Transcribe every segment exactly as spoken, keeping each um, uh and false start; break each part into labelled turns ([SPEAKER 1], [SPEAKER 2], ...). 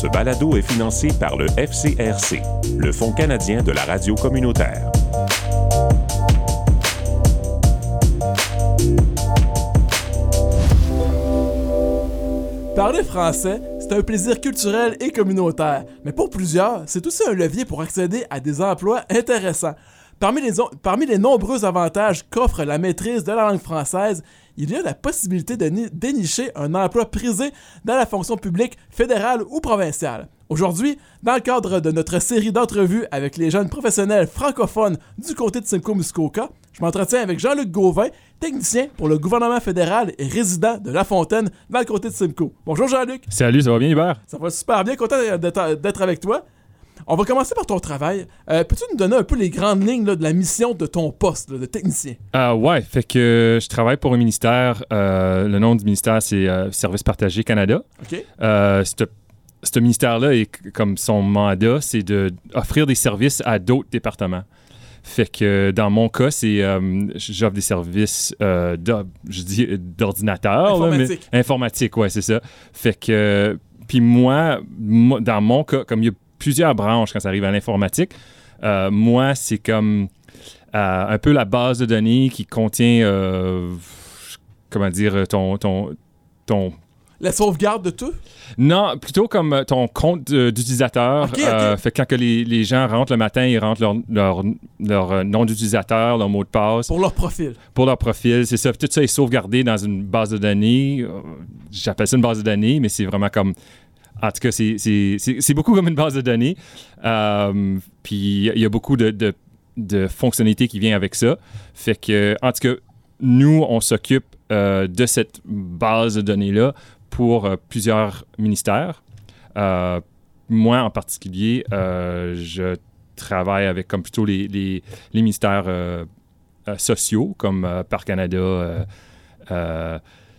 [SPEAKER 1] Ce balado est financé par le F C R C, le Fonds canadien de la radio communautaire.
[SPEAKER 2] Parler français, c'est un plaisir culturel et communautaire, mais pour plusieurs, c'est aussi un levier pour accéder à des emplois intéressants. Parmi les, o- parmi les nombreux avantages qu'offre la maîtrise de la langue française, il y a la possibilité de ni- dénicher un emploi prisé dans la fonction publique fédérale ou provinciale. Aujourd'hui, dans le cadre de notre série d'entrevues avec les jeunes professionnels francophones du comté de Simcoe-Muskoka, je m'entretiens avec Jean-Luc Gauvin, technicien pour le gouvernement fédéral et résident de La Fontaine dans le comté de Simcoe. Bonjour Jean-Luc.
[SPEAKER 3] Salut, ça va bien Hubert?
[SPEAKER 2] Ça va super bien, content d'être, d'être avec toi. On va commencer par ton travail. Euh, peux-tu nous donner un peu les grandes lignes là, de la mission de ton poste là, de technicien?
[SPEAKER 3] Euh, ouais, fait que je travaille pour un ministère. Euh, le nom du ministère, c'est euh, Services partagés Canada.
[SPEAKER 2] OK.
[SPEAKER 3] Euh, c'te- ce ministère-là, est, comme son mandat, c'est d'offrir des services à d'autres départements. Fait que dans mon cas, c'est euh, j'offre des services euh, d'or- je dis d'ordinateur.
[SPEAKER 2] Informatique.
[SPEAKER 3] Là, mais, informatique, ouais, c'est ça. Fait que, puis moi, moi, dans mon cas, comme il y a plusieurs branches quand ça arrive à l'informatique, euh, moi, c'est comme euh, un peu la base de données qui contient, euh, comment dire, ton... ton, ton
[SPEAKER 2] La sauvegarde de tout?
[SPEAKER 3] Non, plutôt comme euh, ton compte euh, d'utilisateur.
[SPEAKER 2] Ok,
[SPEAKER 3] Euh,
[SPEAKER 2] ok.
[SPEAKER 3] fait que quand que les, les gens rentrent le matin, ils rentrent leur, leur, leur euh, nom d'utilisateur, leur mot de passe
[SPEAKER 2] Pour leur profil.
[SPEAKER 3] pour leur profil. C'est ça. Puis tout ça est sauvegardé dans une base de données. Euh, J'appelle ça une base de données, mais c'est vraiment comme... En tout cas, c'est, c'est, c'est, c'est beaucoup comme une base de données. Euh, puis il y a beaucoup de, de, de fonctionnalités qui viennent avec ça. Fait que, en tout cas, nous, on s'occupe euh, de cette base de données-là pour euh, plusieurs ministères. Euh, moi, en particulier, euh, je travaille avec comme plutôt les, les, les ministères euh, euh, sociaux, comme euh, Parc Canada, euh, euh,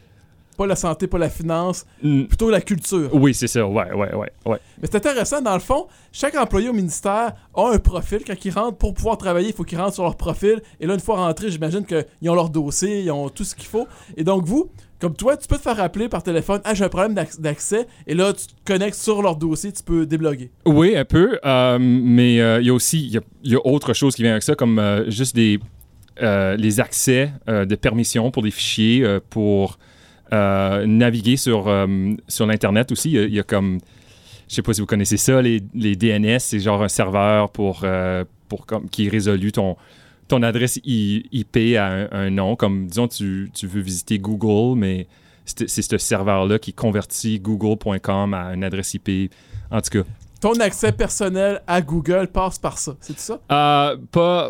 [SPEAKER 2] Pas la santé, pas la finance,
[SPEAKER 3] mm,
[SPEAKER 2] plutôt la culture.
[SPEAKER 3] oui, c'est ça, ouais, ouais, ouais, ouais.
[SPEAKER 2] Mais c'est intéressant, dans le fond, chaque employé au ministère a un profil. Quand ils rentrent pour pouvoir travailler, il faut qu'ils rentrent sur leur profil. Et là, une fois rentrés, j'imagine qu'ils ont leur dossier, ils ont tout ce qu'il faut. Et donc, vous, comme toi, tu peux te faire appeler par téléphone. Ah, j'ai un problème d'ac- d'accès. Et là, tu te connectes sur leur dossier, tu peux débloguer.
[SPEAKER 3] Oui, un peu, euh, mais euh, il y a aussi, il y a, il y a autre chose qui vient avec ça, comme euh, juste des, euh, les accès euh, de permission pour des fichiers, euh, pour euh, naviguer sur, euh, sur l'Internet aussi. Il y a, il y a comme, je sais pas si vous connaissez ça, les, les D N S, c'est genre un serveur pour, euh, pour comme, qui résolue ton, ton adresse I- IP à un, un nom. Comme, disons, tu, tu veux visiter Google, mais c'est, c'est ce serveur-là qui convertit google point com à une adresse I P. En tout cas,
[SPEAKER 2] Ton accès personnel à Google passe par ça. C'est ça?
[SPEAKER 3] Euh, pas,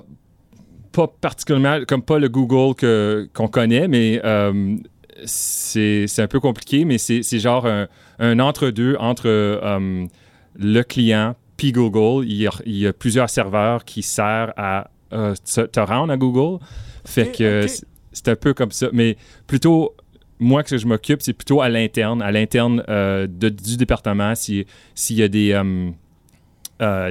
[SPEAKER 3] pas particulièrement, comme pas le Google que, qu'on connaît, mais euh, c'est, c'est un peu compliqué, mais c'est, c'est genre un, un entre-deux entre euh, le client puis Google. Il y, a, il y a plusieurs serveurs qui servent à euh, te, te rendre à Google. Fait
[SPEAKER 2] Ok,
[SPEAKER 3] que
[SPEAKER 2] ok.
[SPEAKER 3] c'est, c'est un peu comme ça, mais plutôt... Moi, que je m'occupe, c'est plutôt à l'interne, à l'interne euh, de- du département, si- s'il y a des, euh, euh,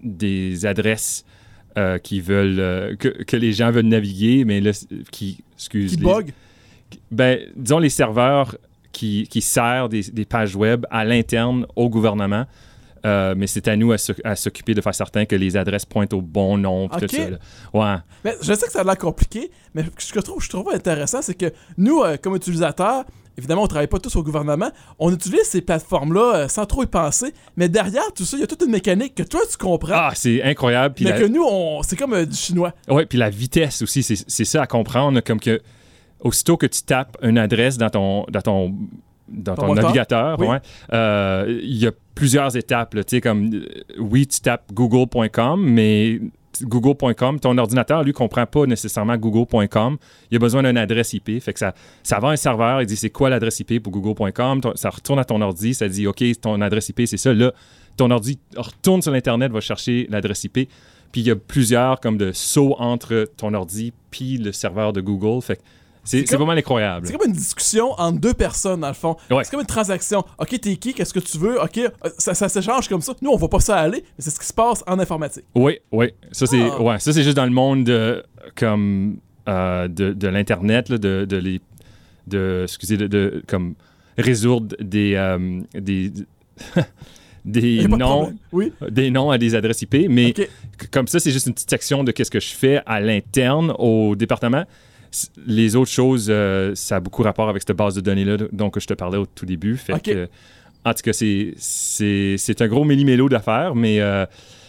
[SPEAKER 3] des adresses euh, qui veulent euh, que, que les gens veulent naviguer, mais là, qui, excuse,
[SPEAKER 2] Qui
[SPEAKER 3] les-
[SPEAKER 2] bug?
[SPEAKER 3] ben, disons les serveurs qui, qui servent des, des pages web à l'interne au gouvernement. Euh, mais c'est à nous à, s'oc- à s'occuper de faire certain que les adresses pointent au bon nom. pis
[SPEAKER 2] Ok.
[SPEAKER 3] Tout ça, là. Ouais.
[SPEAKER 2] Mais je sais que ça a l'air compliqué, mais ce que je trouve, je trouve intéressant, c'est que nous, euh, comme utilisateurs, évidemment, on ne travaille pas tous au gouvernement, on utilise ces plateformes-là euh, sans trop y penser, mais derrière tout ça, il y a toute une mécanique que toi, tu comprends,
[SPEAKER 3] Ah, c'est incroyable. Puis
[SPEAKER 2] mais
[SPEAKER 3] la-
[SPEAKER 2] que nous, on, c'est comme euh, du chinois.
[SPEAKER 3] Oui, puis la vitesse aussi, c'est, c'est ça à comprendre. Comme que, aussitôt que tu tapes une adresse dans ton, dans ton, dans
[SPEAKER 2] Ton
[SPEAKER 3] ton
[SPEAKER 2] moteur,
[SPEAKER 3] navigateur,
[SPEAKER 2] oui.
[SPEAKER 3] ouais, euh, il y a plusieurs étapes. Là, tu sais, comme, euh, oui, tu tapes google point com, mais google point com, ton ordinateur, lui, comprend pas nécessairement google point com. Il a besoin d'une adresse I P. Fait que ça, ça va à un serveur, il dit c'est quoi l'adresse I P pour google point com. Ton- Ça retourne à ton ordi, ça dit OK, ton adresse I P, c'est ça. Là, ton ordi retourne sur l'Internet, va chercher l'adresse I P. Puis il y a plusieurs comme de sauts entre ton ordi puis le serveur de Google. Fait que c'est,
[SPEAKER 2] C'est
[SPEAKER 3] c'est
[SPEAKER 2] comme-
[SPEAKER 3] vraiment incroyable.
[SPEAKER 2] C'est comme une discussion entre deux personnes, dans le fond.
[SPEAKER 3] Ouais.
[SPEAKER 2] C'est comme une transaction. OK, t'es qui? Qu'est-ce que tu veux? OK, euh, ça, ça s'échange comme ça. Nous, on voit pas ça aller, mais c'est ce qui se passe en informatique.
[SPEAKER 3] Oui, oui. Ça, c'est,
[SPEAKER 2] Ah.
[SPEAKER 3] ouais, ça, c'est juste dans le monde de, comme, euh, de, de l'Internet, là, de, de, les, de, excusez, de, de comme résoudre des, euh, des, des
[SPEAKER 2] pas de
[SPEAKER 3] noms,
[SPEAKER 2] problème. Oui.
[SPEAKER 3] des noms à des adresses I P, mais
[SPEAKER 2] OK.
[SPEAKER 3] c- comme ça, c'est juste une petite section de qu'est-ce que je fais à l'interne au département. S- Les autres choses, euh, ça a beaucoup rapport avec cette base de données-là dont que je te parlais au tout début. Fait
[SPEAKER 2] OK.
[SPEAKER 3] que, en tout cas, c'est, c'est, c'est un gros méli-mélo d'affaires, mais euh,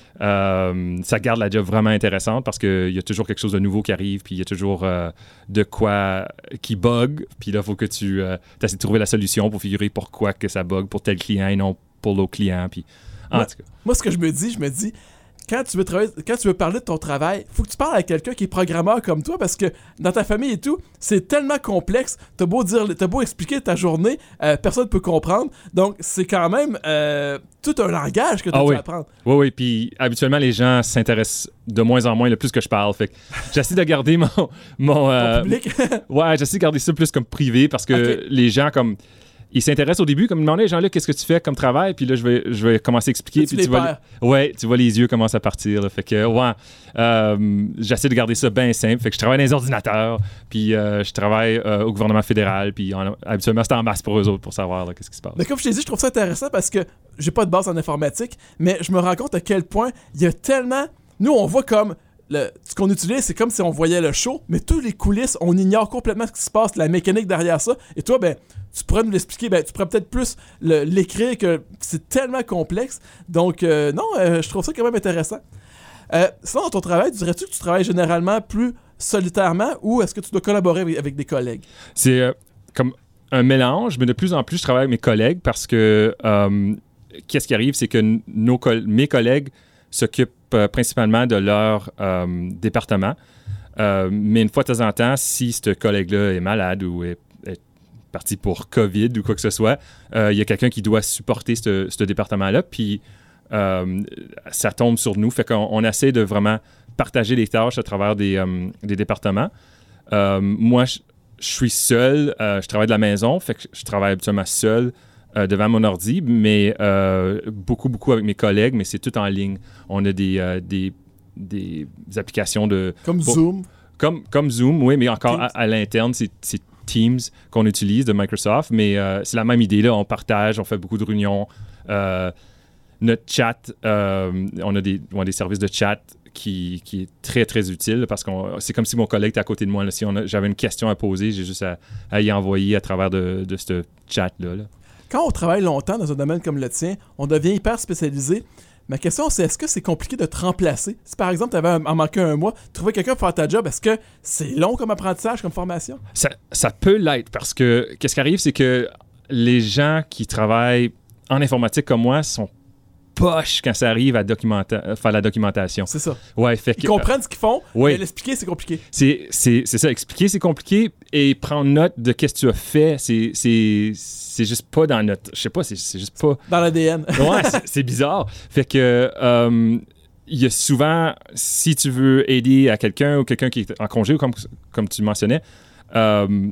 [SPEAKER 3] euh, ça garde la job vraiment intéressante parce qu'il y a toujours quelque chose de nouveau qui arrive, puis il y a toujours euh, de quoi qui bug, puis là, il faut que tu euh, essaies de trouver la solution pour figurer pourquoi que ça bug pour tel client et non pour l'autre client. Puis, en
[SPEAKER 2] Moi-
[SPEAKER 3] tout cas.
[SPEAKER 2] Moi, ce que je me dis, je me dis, quand tu veux travailler, quand tu veux parler de ton travail, faut que tu parles à quelqu'un qui est programmeur comme toi, parce que dans ta famille et tout, c'est tellement complexe. T'as beau dire, t'as beau expliquer ta journée, euh, personne peut comprendre. Donc, c'est quand même euh, tout un langage que tu
[SPEAKER 3] Ah
[SPEAKER 2] dois
[SPEAKER 3] oui.
[SPEAKER 2] apprendre.
[SPEAKER 3] Oui, oui. Puis habituellement, les gens s'intéressent de moins en moins le plus que je parle. Fait que j'essaie de garder mon. mon
[SPEAKER 2] Ton
[SPEAKER 3] euh,
[SPEAKER 2] public.
[SPEAKER 3] ouais, j'essaie de garder ça plus comme privé parce que
[SPEAKER 2] Ok.
[SPEAKER 3] les gens, comme. Ils s'intéressent au début, comme ils demandaient, Jean-Luc, qu'est-ce que tu fais comme travail? Puis là, je vais, je vais commencer à expliquer.
[SPEAKER 2] Là, tu
[SPEAKER 3] puis
[SPEAKER 2] les
[SPEAKER 3] vois,
[SPEAKER 2] perds.
[SPEAKER 3] ouais, tu vois les yeux commencent à partir. Là. Fait que, ouais, euh, j'essaie de garder ça bien simple. Fait que je travaille dans les ordinateurs, puis euh, je travaille euh, au gouvernement fédéral, puis on- habituellement, c'est en masse pour eux autres pour savoir là, qu'est-ce qui se passe.
[SPEAKER 2] Mais comme je t'ai dit, je trouve ça intéressant parce que j'ai pas de base en informatique, mais je me rends compte à quel point il y a tellement. Nous, on voit comme. Le, ce qu'on utilise, c'est comme si on voyait le show, mais tous les coulisses, on ignore complètement ce qui se passe, la mécanique derrière ça. Et toi, ben, tu pourrais nous l'expliquer, ben, tu pourrais peut-être plus le- l'écrire, que c'est tellement complexe. Donc, euh, non, euh, je trouve ça quand même intéressant. Euh, sinon, dans ton travail, dirais-tu que tu travailles généralement plus solitairement ou est-ce que tu dois collaborer avec, avec des collègues?
[SPEAKER 3] C'est euh, comme un mélange, mais de plus en plus, je travaille avec mes collègues parce que euh, qu'est-ce qui arrive, c'est que n- nos coll- mes collègues s'occupent euh, principalement de leur euh, département. Euh, mais une fois de temps en temps, si ce collègue-là est malade ou est, est parti pour COVID ou quoi que ce soit, euh, il y a quelqu'un qui doit supporter ce, ce département-là. Puis euh, ça tombe sur nous. Fait qu'on on essaie de vraiment partager les tâches à travers des, euh, des départements. Euh, moi, je je suis seul. Euh, je travaille de la maison. Fait que je travaille habituellement seul euh, devant mon ordi, mais euh, beaucoup, beaucoup avec mes collègues, mais c'est tout en ligne. On a des, euh, des, des applications de...
[SPEAKER 2] Comme
[SPEAKER 3] Bon,
[SPEAKER 2] Zoom?
[SPEAKER 3] Comme, comme Zoom, oui, mais encore
[SPEAKER 2] Teams.
[SPEAKER 3] à, à l'interne, c'est, c'est Teams qu'on utilise de Microsoft, mais euh, c'est la même idée, là. On partage, on fait beaucoup de réunions. Euh, notre chat, euh, on a des, on a des services de chat qui, qui est très, très utile parce que c'est comme si mon collègue était à côté de moi. Là. Si on a- j'avais une question à poser, j'ai juste à, à y envoyer à travers de, de ce chat-là. là.
[SPEAKER 2] Quand on travaille longtemps dans un domaine comme le tien, on devient hyper spécialisé. Ma question, c'est est-ce que c'est compliqué de te remplacer? Si par exemple, tu avais en manqué un mois, trouver quelqu'un pour faire ta job, est-ce que c'est long comme apprentissage, comme formation?
[SPEAKER 3] Ça, ça peut l'être parce que qu'est-ce qui arrive, c'est que les gens qui travaillent en informatique comme moi sont poches quand ça arrive à documenta- faire la documentation.
[SPEAKER 2] C'est ça.
[SPEAKER 3] Ouais, fait
[SPEAKER 2] Ils
[SPEAKER 3] que,
[SPEAKER 2] comprennent ce qu'ils font,
[SPEAKER 3] oui.
[SPEAKER 2] mais l'expliquer, c'est compliqué.
[SPEAKER 3] C'est, c'est, c'est ça, expliquer, c'est compliqué, et prendre note de qu'est-ce que tu as fait, c'est, c'est, c'est juste pas dans notre... Je sais pas, c'est, c'est juste pas...
[SPEAKER 2] Dans l'A D N.
[SPEAKER 3] Ouais, c'est, c'est bizarre. Fait que... euh, il y a souvent, si tu veux aider à quelqu'un ou quelqu'un qui est en congé, ou comme, comme tu mentionnais, euh,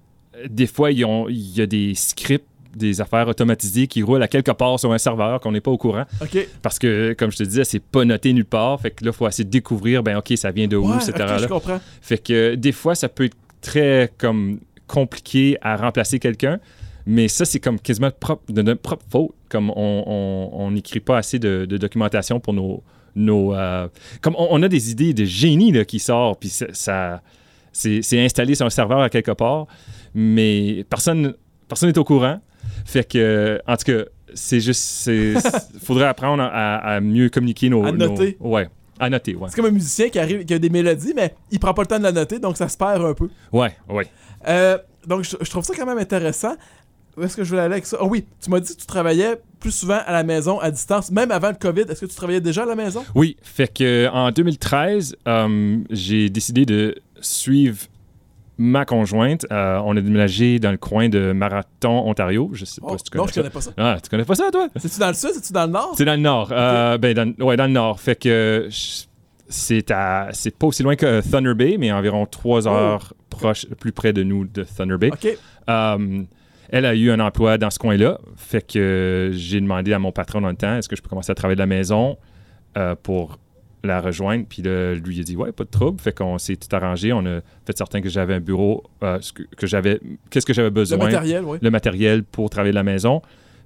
[SPEAKER 3] des fois, ils ont- il y a des scripts, des affaires automatisées qui roulent à quelque part sur un serveur qu'on n'est pas au courant.
[SPEAKER 2] OK.
[SPEAKER 3] Parce que, comme je te disais, c'est pas noté nulle part. Fait que là, il faut essayer de découvrir, ben OK, ça vient de où,
[SPEAKER 2] Ouais,
[SPEAKER 3] cette
[SPEAKER 2] ok,
[SPEAKER 3] erreur-là.
[SPEAKER 2] je comprends.
[SPEAKER 3] Fait que euh, des fois, ça peut être très comme compliqué à remplacer quelqu'un, mais ça, c'est comme quasiment propre, de notre propre faute. Comme on n'écrit pas assez de, de documentation pour nos... nos euh, comme on, on a des idées de génie là, qui sortent, puis ça, ça c'est, c'est installé sur un serveur à quelque part, mais personne personne n'est au courant. Fait que, en tout cas, c'est juste... Il faudrait apprendre à, à mieux communiquer nos...
[SPEAKER 2] À noter.
[SPEAKER 3] nos- ouais, à noter, ouais.
[SPEAKER 2] C'est comme un musicien qui arrive, qui a des mélodies, mais il prend pas le temps de la noter, donc ça se perd un peu.
[SPEAKER 3] Ouais, ouais.
[SPEAKER 2] Euh, donc, je, je trouve ça quand même intéressant. Où est-ce que je voulais aller avec ça? Ah oui, tu m'as dit que tu travaillais plus souvent à la maison, à distance, même avant le COVID. Est-ce que tu travaillais déjà à la maison?
[SPEAKER 3] Oui, fait que en deux mille treize, euh, j'ai décidé de suivre ma conjointe. Euh, on a déménagé dans le coin de Marathon, Ontario. Je sais pas
[SPEAKER 2] Oh,
[SPEAKER 3] si tu connais
[SPEAKER 2] non, je
[SPEAKER 3] ça.
[SPEAKER 2] connais pas ça.
[SPEAKER 3] Ah, tu connais pas ça, toi?
[SPEAKER 2] C'est-tu dans le sud? C'est-tu dans le nord?
[SPEAKER 3] C'est dans le nord. Euh, ben, dans, ouais, dans le nord. Fait que je- c'est à, c'est pas aussi loin que Thunder Bay, mais environ trois heures proche, plus près de nous de Thunder Bay.
[SPEAKER 2] OK.
[SPEAKER 3] Euh, elle a eu un emploi dans ce coin-là. Fait que j'ai demandé à mon patron dans le temps, est-ce que je peux commencer à travailler de la maison euh, pour la rejoindre. Puis là, lui, il a dit, ouais, pas de trouble. Fait qu'on s'est tout arrangé. On a fait certain que j'avais un bureau, euh, ce que, que j'avais, qu'est-ce que j'avais
[SPEAKER 2] Le
[SPEAKER 3] besoin.
[SPEAKER 2] matériel, oui.
[SPEAKER 3] Le matériel pour travailler de la maison.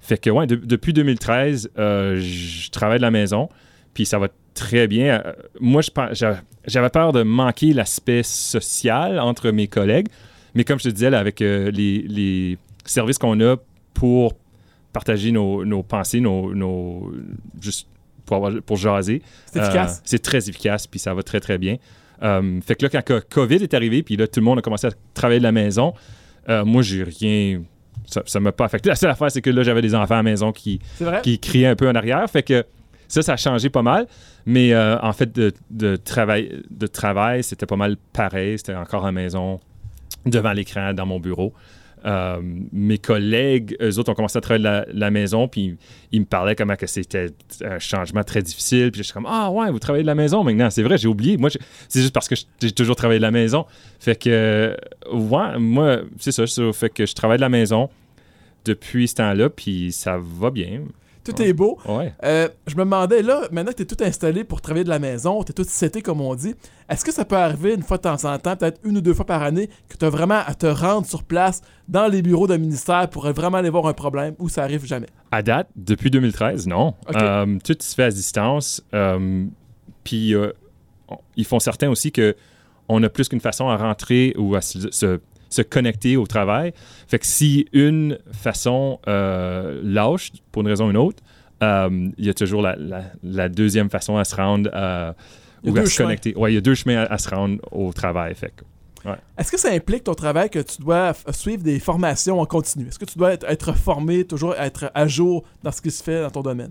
[SPEAKER 3] Fait que, ouais, de- depuis deux mille treize, euh, je travaille de la maison, puis ça va très bien. Euh, moi, je pen- j'a- j'avais peur de manquer l'aspect social entre mes collègues, mais comme je te disais, là, avec euh, les, les services qu'on a pour partager nos, nos pensées, nos, nos juste pour, avoir, pour jaser.
[SPEAKER 2] C'est efficace.
[SPEAKER 3] Euh, c'est très efficace, puis ça va très, très bien. Euh, fait que là, quand COVID est arrivé, puis là, tout le monde a commencé à travailler de la maison, euh, moi, j'ai rien... Ça ne m'a pas affecté. La seule affaire, c'est que là, j'avais des enfants à la maison qui,
[SPEAKER 2] C'est vrai?
[SPEAKER 3] qui criaient un peu en arrière. Fait que ça, ça a changé pas mal. Mais euh, en fait, de, de, travail, de travail, c'était pas mal pareil. C'était encore à la maison, devant l'écran, dans mon bureau. Euh, mes collègues, eux autres, ont commencé à travailler de la, la maison, puis ils me parlaient comment que c'était un changement très difficile. Puis je suis comme, ah ouais, vous travaillez de la maison maintenant. C'est vrai, j'ai oublié. Moi, c'est juste parce que j'ai toujours travaillé de la maison. Fait que, euh, ouais, moi, c'est ça, ça. Fait que je travaille de la maison depuis ce temps-là, puis ça va bien.
[SPEAKER 2] Tout
[SPEAKER 3] Ouais.
[SPEAKER 2] est beau.
[SPEAKER 3] Ouais.
[SPEAKER 2] Euh, je me demandais, là, maintenant que tu es tout installé pour travailler de la maison, tu es tout seté comme on dit, est-ce que ça peut arriver une fois de temps en temps, peut-être une ou deux fois par année, que tu as vraiment à te rendre sur place dans les bureaux d'un ministère pour vraiment aller voir un problème, ou ça arrive jamais?
[SPEAKER 3] À date, depuis deux mille treize, non.
[SPEAKER 2] OK.
[SPEAKER 3] Euh, tout se fait à distance. Euh, puis euh, on- ils font certain aussi que on a plus qu'une façon à rentrer ou à se, se- se connecter au travail. Fait que si une façon euh, lâche, pour une raison ou une autre, euh, il y a toujours la, la- la deuxième façon à se rendre euh,
[SPEAKER 2] Il y a
[SPEAKER 3] ou à
[SPEAKER 2] deux
[SPEAKER 3] se
[SPEAKER 2] chemins.
[SPEAKER 3] connecter. Ouais, il y a deux chemins à, à se rendre au travail. Fait que,
[SPEAKER 2] Est-ce que ça implique ton travail que tu dois f- suivre des formations en continu? Est-ce que tu dois être, être formé, toujours être à jour dans ce qui se fait dans ton domaine?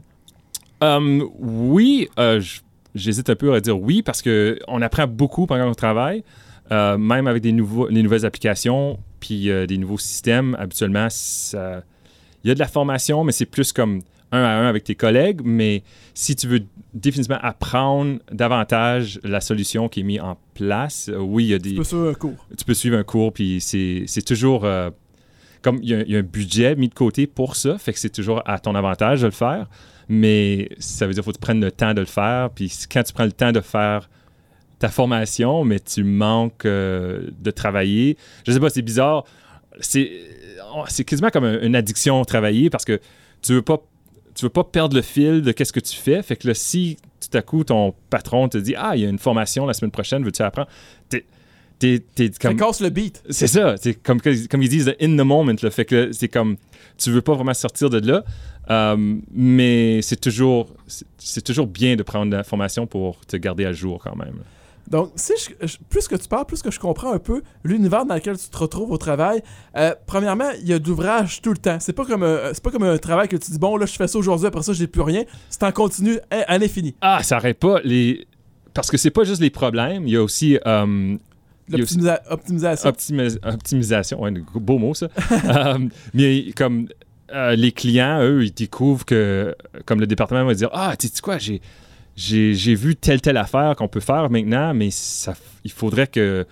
[SPEAKER 3] Euh, oui, euh, j- j'hésite un peu à dire oui parce qu'on apprend beaucoup pendant qu'on travaille, euh, même avec des, nouveaux, des nouvelles applications puis euh, des nouveaux systèmes. Habituellement, ça- il y a de la formation, mais c'est plus comme un à un avec tes collègues. Mais si tu veux définitivement apprendre davantage la solution qui est mise en place, euh, oui, il y a des...
[SPEAKER 2] Tu peux suivre un cours.
[SPEAKER 3] tu peux suivre un cours, puis c'est, c'est toujours... euh, comme il y, a- il y a un budget mis de côté pour ça, fait que c'est toujours à ton avantage de le faire, mais ça veut dire qu'il faut que tu prennes le temps de le faire, puis c- quand tu prends le temps de faire ta formation, mais tu manques euh, de travailler, je sais pas, c'est bizarre, c'est, c'est quasiment comme un- une addiction travailler, parce que tu veux pas tu veux pas perdre le fil de qu'est-ce que tu fais, fait que là, si tout à coup, ton patron te dit « Ah, il y a une formation la semaine prochaine, veux-tu apprendre? » T'es, t'es, t'es
[SPEAKER 2] Ça
[SPEAKER 3] comme...
[SPEAKER 2] casse le beat.
[SPEAKER 3] C'est ça, c'est comme, comme ils disent, in the moment, là, fait que c'est comme, tu veux pas vraiment sortir de là, euh, mais c'est toujours, c'est, c'est toujours bien de prendre la formation pour te garder à jour quand même.
[SPEAKER 2] Donc, si je- je- plus que tu parles, plus que je comprends un peu l'univers dans lequel tu te retrouves au travail. Euh, premièrement, il y a d'ouvrages tout le temps. C'est pas comme un, c'est pas comme un travail que tu dis bon là je fais ça aujourd'hui, après ça j'ai plus rien. C'est en continu à, à l'infini.
[SPEAKER 3] Ah, ça arrête pas, les... parce que c'est pas juste les problèmes, il y a aussi... euh, il y a aussi-
[SPEAKER 2] L'optimisa- optimisation.
[SPEAKER 3] Optimis- optimisation, ouais, un beau mot ça. Euh, mais comme euh, les clients, eux, ils découvrent que, comme le département va dire, ah, tu sais quoi, j'ai, j'ai, j'ai vu telle telle affaire qu'on peut faire maintenant, mais ça, il faudrait que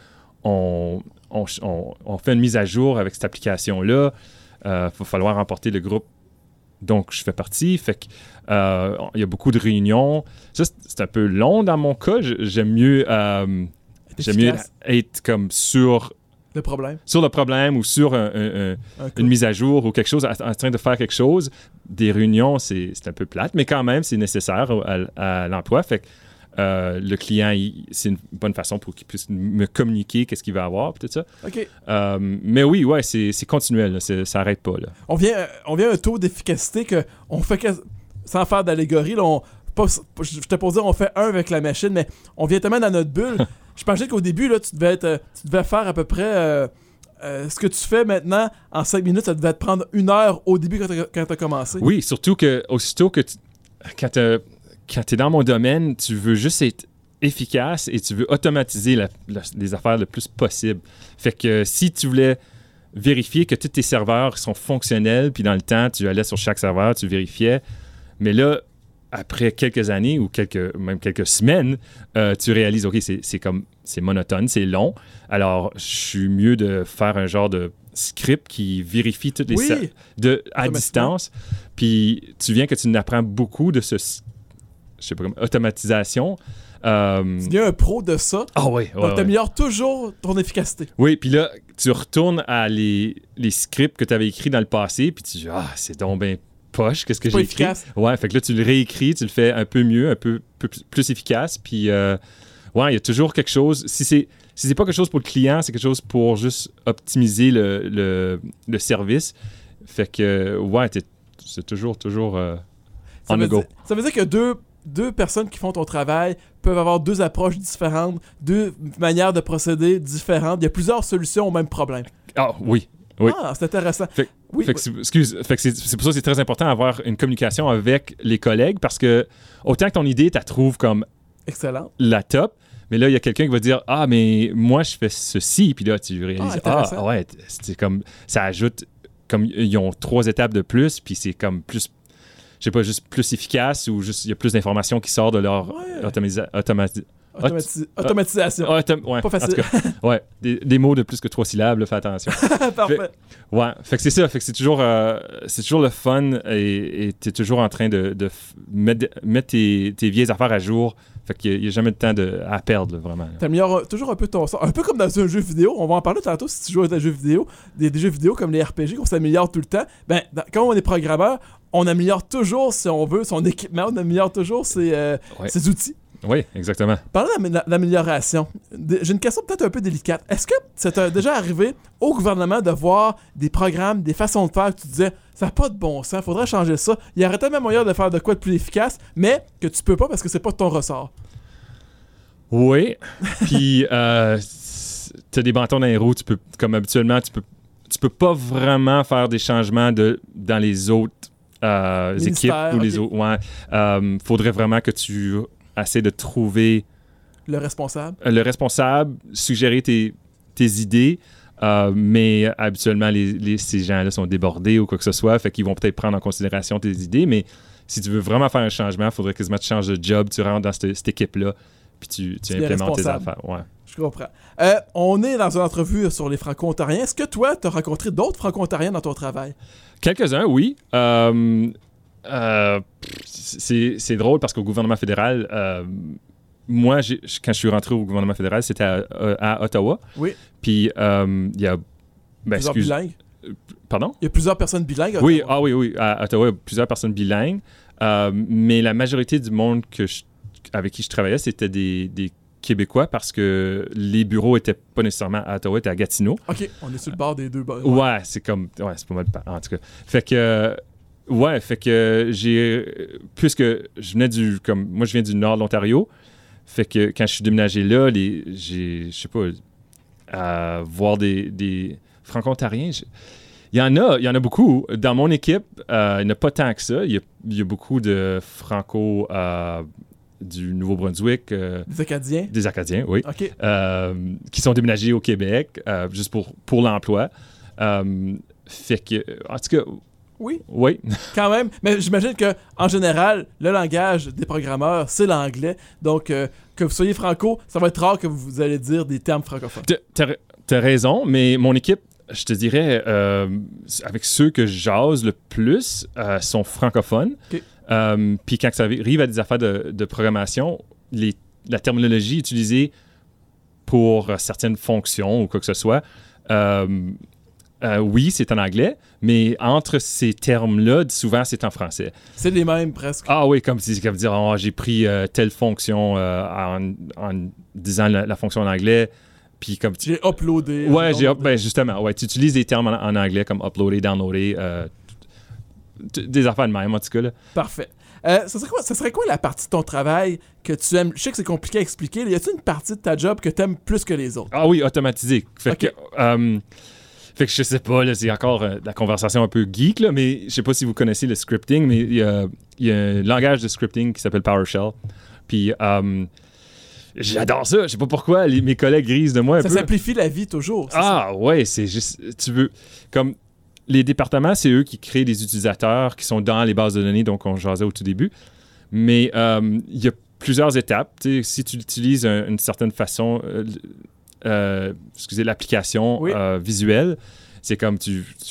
[SPEAKER 3] on, on, on, on fait une mise à jour avec cette application-là. Il va falloir remporter le groupe. Donc, je fais partie. Fait que, euh, il y a beaucoup de réunions. Ça, c'est, c'est un peu long dans mon cas. Je- J'aime mieux... euh, J'aime mieux
[SPEAKER 2] Efficace.
[SPEAKER 3] être comme sur,
[SPEAKER 2] Le problème.
[SPEAKER 3] sur le problème ou sur un- un- un-
[SPEAKER 2] Un coup.
[SPEAKER 3] une mise à jour ou quelque chose, en en train de faire quelque chose. Des réunions, c'est, c'est un peu plate, mais quand même, c'est nécessaire à, à l'emploi. Fait que euh, le client, il- c'est une bonne façon pour qu'il puisse me communiquer qu'est-ce qu'il va avoir, tout ça.
[SPEAKER 2] OK.
[SPEAKER 3] Euh, mais oui, ouais, c'est, c'est continuel, là. C'est- ça n'arrête pas. Là.
[SPEAKER 2] On vient, euh, on vient à un taux d'efficacité que on fait quas- sans faire d'allégorie. Là, on, pas, je te pose dire on fait un avec la machine, mais on vient tellement dans notre bulle. Je pensais qu'au début, là, tu devais être, euh, tu devais faire à peu près euh, euh, ce que tu fais maintenant en cinq minutes, ça devait te prendre une heure au début quand t'as, quand t'as commencé.
[SPEAKER 3] Oui, surtout que aussitôt que tu, quand tu es dans mon domaine, tu veux juste être efficace et tu veux automatiser la- la- les affaires le plus possible. Fait que euh, si tu voulais vérifier que tous tes serveurs sont fonctionnels, puis dans le temps, tu allais sur chaque serveur, tu vérifiais, mais là, après quelques années ou quelques, même quelques semaines, euh, tu réalises, OK, c'est, c'est comme, c'est monotone, c'est long. Alors, je suis mieux de faire un genre de script qui vérifie toutes les
[SPEAKER 2] Oui.
[SPEAKER 3] ser- de, à
[SPEAKER 2] Automatiquement.
[SPEAKER 3] distance. Puis, tu viens que tu n'apprends beaucoup de ce, s- je sais pas comment, automatisation. Euh,
[SPEAKER 2] Tu deviens un pro de ça,
[SPEAKER 3] Ah oui, ouais,
[SPEAKER 2] donc
[SPEAKER 3] ouais.
[SPEAKER 2] t'améliores toujours ton efficacité.
[SPEAKER 3] Oui, puis là, tu retournes à les, les scripts que tu avais écrits dans le passé, puis tu dis, ah, c'est donc bien poche, qu'est-ce que
[SPEAKER 2] C'est
[SPEAKER 3] j'ai
[SPEAKER 2] pas
[SPEAKER 3] écrit.
[SPEAKER 2] efficace.
[SPEAKER 3] Ouais, fait que là, tu le réécris, tu le fais un peu mieux, un peu, peu plus efficace. Puis, euh, ouais, il y a toujours quelque chose. Si c'est, si c'est pas quelque chose pour le client, c'est quelque chose pour juste optimiser le, le, le service. Fait que, ouais, t'es, c'est toujours, toujours euh,
[SPEAKER 2] Ça
[SPEAKER 3] on
[SPEAKER 2] veut
[SPEAKER 3] the go.
[SPEAKER 2] dire- ça veut dire que deux, deux personnes qui font ton travail peuvent avoir deux approches différentes, deux manières de procéder différentes. Il y a plusieurs solutions au même problème.
[SPEAKER 3] Ah, oui. Oui.
[SPEAKER 2] Ah, c'est intéressant.
[SPEAKER 3] Fait,
[SPEAKER 2] oui,
[SPEAKER 3] fait que c'est, excuse, fait que c'est, c'est pour ça que c'est très important d'avoir une communication avec les collègues parce que autant que ton idée, tu la trouves comme
[SPEAKER 2] excellent.
[SPEAKER 3] la top, mais là, il y a quelqu'un qui va dire « Ah, mais moi, je fais ceci. » Puis là, tu réalises « Ah,
[SPEAKER 2] intéressant.
[SPEAKER 3] ouais, c'est comme... » Ça ajoute... Comme ils ont trois étapes de plus, puis c'est comme plus... Je sais pas, juste plus efficace ou juste il y a plus d'informations qui sortent de leur
[SPEAKER 2] Ouais.
[SPEAKER 3] automisa- automati-
[SPEAKER 2] Automati- automatisation.
[SPEAKER 3] autom- ouais,
[SPEAKER 2] Pas facile.
[SPEAKER 3] en tout cas, ouais, des, des mots de plus que trois syllabes, là, fais attention.
[SPEAKER 2] Parfait.
[SPEAKER 3] Ouais, fait que c'est ça, fait que c'est toujours, euh, c'est toujours le fun et tu es toujours en train de, de f- mettre, mettre tes, tes vieilles affaires à jour. Fait qu'il n'y a, a jamais de temps de, à perdre, là, vraiment. Là.
[SPEAKER 2] T'améliores toujours un peu ton sort. Un peu comme dans un jeu vidéo. On va en parler tantôt si tu joues à des jeux vidéo. Des, des jeux vidéo comme les R P G, qu'on s'améliore tout le temps. Ben, dans- quand on est programmeur, on améliore toujours, si on veut, son équipement. On améliore toujours ses, euh,
[SPEAKER 3] Ouais.
[SPEAKER 2] ses outils.
[SPEAKER 3] Oui, exactement.
[SPEAKER 2] Parlant d'amé- d'amélioration, d- j'ai une question peut-être un peu délicate. Est-ce que c'est euh, déjà arrivé au gouvernement de voir des programmes, des façons de faire que tu disais ça n'a pas de bon sens, faudrait changer ça. Il y aurait tellement moyen de faire de quoi de plus efficace, mais que tu peux pas parce que c'est pas de ton ressort.
[SPEAKER 3] Oui, puis euh, tu as des bâtons dans les roues, tu peux, comme habituellement, tu peux, tu peux pas vraiment faire des changements de, dans les autres euh, équipes
[SPEAKER 2] Ministère,
[SPEAKER 3] ou les
[SPEAKER 2] ok.
[SPEAKER 3] autres. Ouais, euh, faudrait vraiment que tu essaies de trouver
[SPEAKER 2] Le responsable.
[SPEAKER 3] le responsable, suggérer tes, tes idées, euh, mais habituellement, les, les- ces gens-là sont débordés ou quoi que ce soit, fait qu'ils vont peut-être prendre en considération tes idées, mais si tu veux vraiment faire un changement, il faudrait quasiment que tu changes de job, tu rentres dans cette, cette équipe-là, puis tu, tu
[SPEAKER 2] Tu es
[SPEAKER 3] implémentes tes
[SPEAKER 2] responsable.
[SPEAKER 3] affaires. Ouais.
[SPEAKER 2] Je comprends. Euh, on est dans une entrevue sur les Franco-Ontariens. Est-ce que toi, tu as rencontré d'autres Franco-Ontariens dans ton travail?
[SPEAKER 3] Quelques-uns, oui. Euh, euh, c'est, c'est drôle parce qu'au gouvernement fédéral, euh, moi, j'ai, quand je suis rentré au gouvernement fédéral, c'était à, à Ottawa.
[SPEAKER 2] Oui.
[SPEAKER 3] Puis, euh, il y a... Ben,
[SPEAKER 2] Plusieurs
[SPEAKER 3] excuse,
[SPEAKER 2] bilingues.
[SPEAKER 3] pardon?
[SPEAKER 2] Il y a plusieurs personnes bilingues. à
[SPEAKER 3] Oui,
[SPEAKER 2] Ottawa.
[SPEAKER 3] ah oui, oui. À Ottawa, il y a plusieurs personnes bilingues. Euh, mais la majorité du monde que je- avec qui je travaillais, c'était des, des Québécois parce que les bureaux étaient pas nécessairement à Ottawa, étaient à Gatineau.
[SPEAKER 2] OK, on est sur le bord des deux bords.
[SPEAKER 3] Ouais, c'est comme... Ouais, c'est pas mal... En tout cas. Fait que... Ouais, fait que j'ai... Puisque je venais du... Comme, moi, je viens du nord de l'Ontario. Fait que quand je suis déménagé là, les, j'ai... Je sais pas... À voir des, des Franco-Ontariens... je- Il y en a, il y en a beaucoup. Dans mon équipe, euh, il n'y en a pas tant que ça. Il y a, il y a beaucoup de Franco euh, du Nouveau-Brunswick, euh,
[SPEAKER 2] Les Acadiens.
[SPEAKER 3] des Acadiens, oui,
[SPEAKER 2] OK.
[SPEAKER 3] euh, qui sont déménagés au Québec euh, juste pour, pour l'emploi. Euh, fait que, en tout cas,
[SPEAKER 2] Oui,
[SPEAKER 3] oui.
[SPEAKER 2] quand même. Mais j'imagine que en général, le langage des programmeurs, c'est l'anglais. Donc, euh, que vous soyez franco, ça va être rare que vous allez dire des termes francophones.
[SPEAKER 3] T'as- T'as t'as raison, mais mon équipe, je te dirais, euh, avec ceux que je jase le plus, euh, sont francophones.
[SPEAKER 2] OK.
[SPEAKER 3] Euh, Puis quand ça arrive à des affaires de, de programmation, les, la terminologie utilisée pour euh, certaines fonctions ou quoi que ce soit, euh, euh, oui, c'est en anglais, mais entre ces termes-là, souvent, c'est en français.
[SPEAKER 2] C'est les mêmes presque.
[SPEAKER 3] Ah oui, comme, si- comme dire, oh, j'ai pris euh, telle fonction euh, en, en disant la, la fonction en anglais, puis comme tu...
[SPEAKER 2] J'ai uploadé.
[SPEAKER 3] Ouais,
[SPEAKER 2] euh,
[SPEAKER 3] j'ai,
[SPEAKER 2] donc,
[SPEAKER 3] up- ben justement, ouais, tu utilises des termes en, en anglais comme uploader, downloader, euh, t- t- des affaires de même, en tout cas, là.
[SPEAKER 2] Parfait. Euh, ça, serait quoi, ça serait quoi la partie de ton travail que tu aimes? Je sais que c'est compliqué à expliquer. Y a-t-il une partie de ta job que tu aimes plus que les autres?
[SPEAKER 3] Ah oui, automatisé. Fait
[SPEAKER 2] Ok.
[SPEAKER 3] que, euh, fait que je sais pas, là, c'est encore euh, la conversation un peu geek, là, mais je sais pas si vous connaissez le scripting, mais il y a, il y a un langage de scripting qui s'appelle PowerShell. Puis, euh, j'adore ça. Je sais pas pourquoi les- mes collègues grisent de moi un
[SPEAKER 2] Ça
[SPEAKER 3] peu.
[SPEAKER 2] simplifie la vie toujours. c'est ça?
[SPEAKER 3] Ah ouais, c'est juste, tu veux, comme les départements, c'est eux qui créent des utilisateurs qui sont dans les bases de données, donc on jasait au tout début. Mais euh, il y a plusieurs étapes. Tu sais, si tu utilises un- une certaine façon, euh, euh, excusez, l'application
[SPEAKER 2] Oui.
[SPEAKER 3] euh, visuelle, c'est comme tu, tu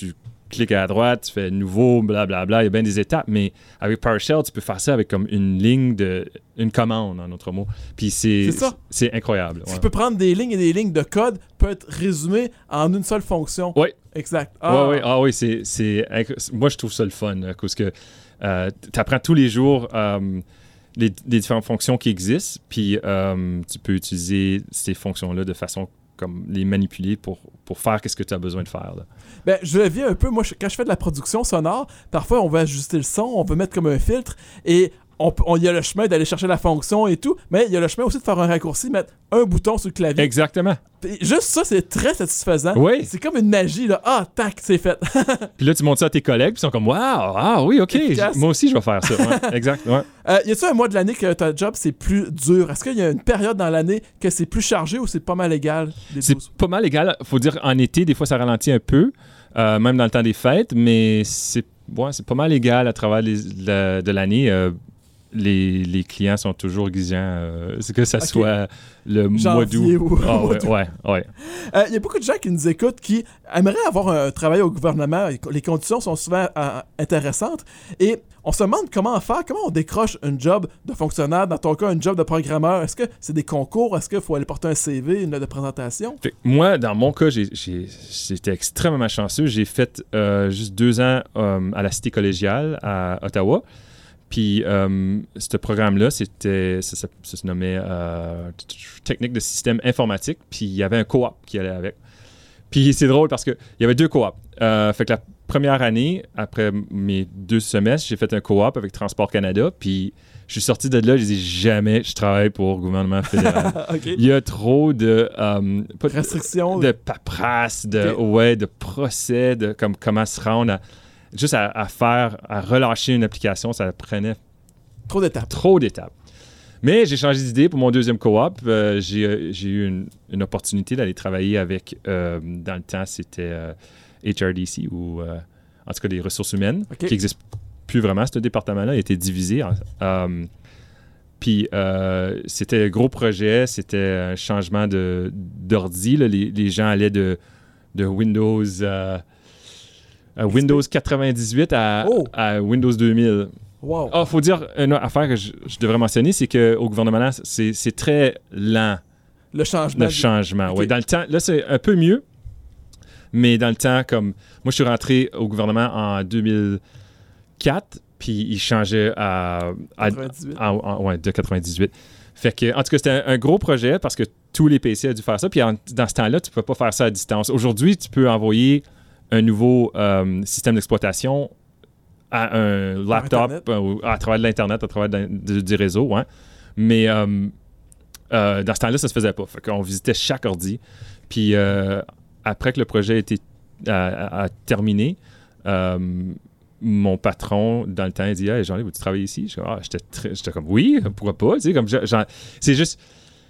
[SPEAKER 3] cliques à droite, tu fais nouveau, blablabla, il y a bien des étapes, mais avec PowerShell, tu peux faire ça avec comme une ligne de, une commande, en autre mot. Puis c'est,
[SPEAKER 2] C'est ça.
[SPEAKER 3] c'est incroyable.
[SPEAKER 2] Tu
[SPEAKER 3] Ouais.
[SPEAKER 2] peux prendre des lignes et des lignes de code, peut être résumé en une seule fonction.
[SPEAKER 3] Oui.
[SPEAKER 2] Exact.
[SPEAKER 3] Ah oui, ah, oui c'est, c'est, moi je trouve ça le fun, là, parce que euh, tu apprends tous les jours euh, les, les différentes fonctions qui existent, puis euh, tu peux utiliser ces fonctions-là de façon comme les manipuler pour, pour faire ce que tu as besoin de faire. Là.
[SPEAKER 2] Ben, je le vis un peu, moi, je- quand je fais de la production sonore, parfois, on veut ajuster le son, on veut mettre comme un filtre, et on peut- on- il y a le chemin d'aller chercher la fonction et tout, mais il y a le chemin aussi de faire un raccourci, mettre un bouton sur le clavier.
[SPEAKER 3] Exactement.
[SPEAKER 2] Puis juste ça, c'est très satisfaisant.
[SPEAKER 3] Oui.
[SPEAKER 2] C'est comme une magie, là. Ah, tac, c'est fait.
[SPEAKER 3] Puis là, tu montres ça à tes collègues, puis ils sont comme « Wow, ah oui, OK,
[SPEAKER 2] Efficace.
[SPEAKER 3] moi aussi, je vais faire ça. Ouais, » Exact, ouais.
[SPEAKER 2] Euh, y a-tu un mois de l'année que ta job, c'est plus dur? Est-ce qu'il y a une période dans l'année que c'est plus chargé ou c'est pas mal égal? Les
[SPEAKER 3] C'est
[SPEAKER 2] douze?
[SPEAKER 3] pas mal égal. Faut dire, en été, des fois, ça ralentit un peu, euh, même dans le temps des fêtes, mais c'est, ouais, c'est pas mal égal à travers les, la- de l'année. Euh, les, les clients sont toujours exigeants. Euh, c'est que ça
[SPEAKER 2] Ok.
[SPEAKER 3] soit le mois
[SPEAKER 2] Janvier
[SPEAKER 3] d'août.
[SPEAKER 2] ou-
[SPEAKER 3] Ah,
[SPEAKER 2] ou
[SPEAKER 3] ouais,
[SPEAKER 2] d'août.
[SPEAKER 3] ouais, ouais.
[SPEAKER 2] Il y a beaucoup de gens qui nous écoutent qui aimeraient avoir un travail au gouvernement. Les conditions sont souvent euh, intéressantes. Et on se demande comment faire, comment on décroche un job de fonctionnaire, dans ton cas, un job de programmeur. Est-ce que c'est des concours? Est-ce qu'il faut aller porter un C V, une lettre de présentation?
[SPEAKER 3] Fait que moi, dans mon cas, j'ai, j'ai- j'étais extrêmement chanceux. J'ai fait euh, juste deux ans euh, à la Cité collégiale à Ottawa. Puis, euh, ce programme-là, c'était, ça, ça- ça se nommait euh, t- t- Technique de système informatique. Puis, il y avait un co-op qui allait avec. Puis, c'est drôle parce qu'il y avait deux co-op. Euh, fait que la première année, après mes deux semestres, j'ai fait un co-op avec Transport Canada. Puis, je suis sorti de là, j'ai dit jamais je travaille pour le gouvernement fédéral.
[SPEAKER 2] OK.
[SPEAKER 3] Il y a trop de. euh, pas de-
[SPEAKER 2] Restrictions.
[SPEAKER 3] de paperasse, de,
[SPEAKER 2] Ok.
[SPEAKER 3] ouais, de procès, de comme, comment se rendre à, juste à, à faire, à relâcher une application, ça prenait
[SPEAKER 2] Trop d'étapes.
[SPEAKER 3] trop d'étapes. Mais j'ai changé d'idée pour mon deuxième co-op. Euh, j'ai, euh, j'ai eu une, une opportunité d'aller travailler avec, euh, dans le temps, c'était euh, H R D C, ou euh, en tout cas des ressources humaines,
[SPEAKER 2] Ok.
[SPEAKER 3] qui n'existe plus vraiment. Ce département-là a été divisé. en- euh, Puis euh, c'était un gros projet, c'était un changement de, d'ordi. Là. Les, les gens allaient de, de Windows, euh, à Windows quatre-vingt-dix-huit à,
[SPEAKER 2] Oh.
[SPEAKER 3] à Windows deux mille.
[SPEAKER 2] Wow.
[SPEAKER 3] Ah, faut dire une autre affaire que je, je devrais mentionner, c'est qu'au gouvernement, c'est, c'est très lent,
[SPEAKER 2] Le changement.
[SPEAKER 3] le changement.
[SPEAKER 2] Ok.
[SPEAKER 3] Ouais, dans le temps, là, c'est un peu mieux, mais dans le temps, comme moi, je suis rentré au gouvernement en deux mille quatre, puis il changeait à, à,
[SPEAKER 2] quatre-vingt-dix-huit.
[SPEAKER 3] à- en- ouais, de quatre-vingt-dix-huit. Fait que, en tout cas, c'était un, un gros projet parce que tous les P C ont dû faire ça. Puis en- dans ce temps-là, tu ne peux pas faire ça à distance. Aujourd'hui, tu peux envoyer un nouveau euh, système d'exploitation à un laptop,
[SPEAKER 2] Internet.
[SPEAKER 3] euh, ou à travers de l'Internet, à travers de- de- du réseau. Ouais. Mais euh, euh, dans ce temps-là, ça se faisait pas. Fait qu'on visitait chaque ordi. Puis euh, après que le projet a été a, a- a terminé, euh, mon patron, dans le temps, il dit « Hey, Jean-Luc, veux-tu travailler ici? » Je suis comme, ah, j'étais, très- j'étais comme « Oui, pourquoi pas? » Tu sais, comme, je- j'en- c'est juste...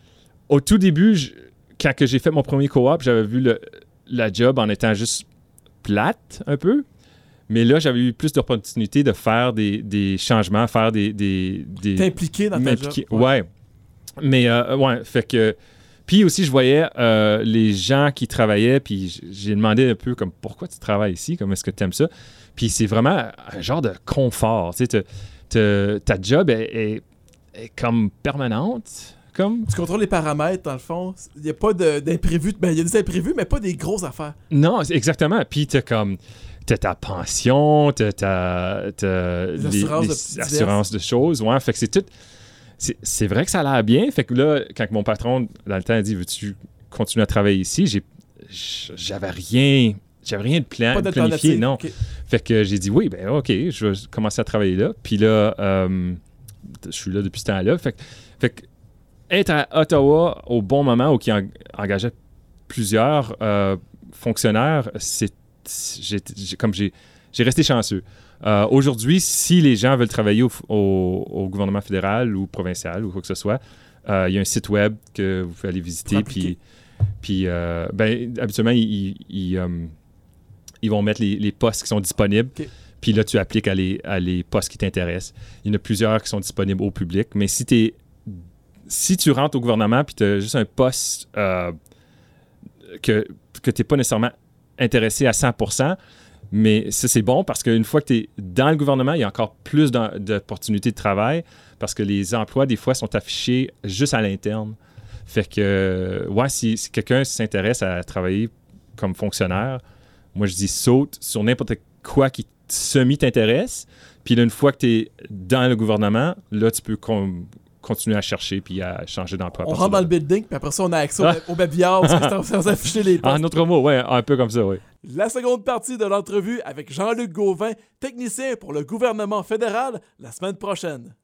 [SPEAKER 3] Au tout début, je- quand que j'ai fait mon premier co-op, j'avais vu le, la job en étant juste plate, un peu. Mais là, j'avais eu plus d'opportunités de faire des, des changements, faire des... des, des
[SPEAKER 2] T'es impliqué dans ta job.
[SPEAKER 3] m'impliquer. Ouais. Mais, euh, ouais, fait que... Puis aussi, je voyais euh, les gens qui travaillaient, puis j- j'ai demandé un peu comme, pourquoi tu travailles ici? Comme, est-ce que tu aimes ça? Puis c'est vraiment un genre de confort. Tu sais, te- te- ta job est, est- est comme permanente. Comme...
[SPEAKER 2] Tu contrôles les paramètres, dans le fond. Il n'y a pas de- d'imprévus. Ben, il y a des imprévus, mais pas des grosses affaires.
[SPEAKER 3] Non, c'est exactement. Puis t'as comme... T'as ta pension, t'as ta... t'as
[SPEAKER 2] Les assurances de- diverses.
[SPEAKER 3] assurances de choses. Ouais, fait que c'est tout... C'est, c'est vrai que ça a l'air bien. Fait que là, quand mon patron, dans le temps, a dit « Veux-tu continuer à travailler ici? » J'ai, j'avais rien... J'avais rien de plan,
[SPEAKER 2] Pas
[SPEAKER 3] planifié,
[SPEAKER 2] d'alternative.
[SPEAKER 3] non.
[SPEAKER 2] Ok.
[SPEAKER 3] Fait que j'ai dit oui, ben OK, je vais commencer à travailler là. Puis là, euh, je suis là depuis ce temps-là. Fait, que- fait que être à Ottawa au bon moment, où qui en- engageait plusieurs euh, fonctionnaires, c'est j'ai, j'ai- comme j'ai, j'ai resté chanceux. Euh, aujourd'hui, si les gens veulent travailler au, au- au gouvernement fédéral ou provincial ou quoi que ce soit, euh, il y a un site web que vous pouvez aller visiter.
[SPEAKER 2] Pour appliquer.
[SPEAKER 3] Puis, puis euh, ben, habituellement, ils, ils, ils, euh, ils vont mettre les, les postes qui sont disponibles.
[SPEAKER 2] Ok.
[SPEAKER 3] Puis là, tu appliques à les, à les postes qui t'intéressent. Il y en a plusieurs qui sont disponibles au public. Mais si, t'es, si tu rentres au gouvernement puis tu as juste un poste euh, que, que tu n'es pas nécessairement intéressé à cent pour cent, Mais ça, c'est bon parce qu'une fois que tu es dans le gouvernement, il y a encore plus d'opportunités de travail parce que les emplois, des fois, sont affichés juste à l'interne. Fait que, ouais, si, si quelqu'un s'intéresse à travailler comme fonctionnaire, moi, je dis saute sur n'importe quoi qui semi t'intéresse. Puis là, une fois que tu es dans le gouvernement, là, tu peux com- continuer à chercher puis à changer d'emploi.
[SPEAKER 2] On rentre dans le building, puis après ça, on a accès
[SPEAKER 3] Ah.
[SPEAKER 2] au, au babillard, sans, sans afficher les postes.
[SPEAKER 3] En autre mot, ouais, un peu comme ça, oui.
[SPEAKER 2] La seconde partie de l'entrevue avec Jean-Luc Gauvin, technicien pour le gouvernement fédéral, la semaine prochaine.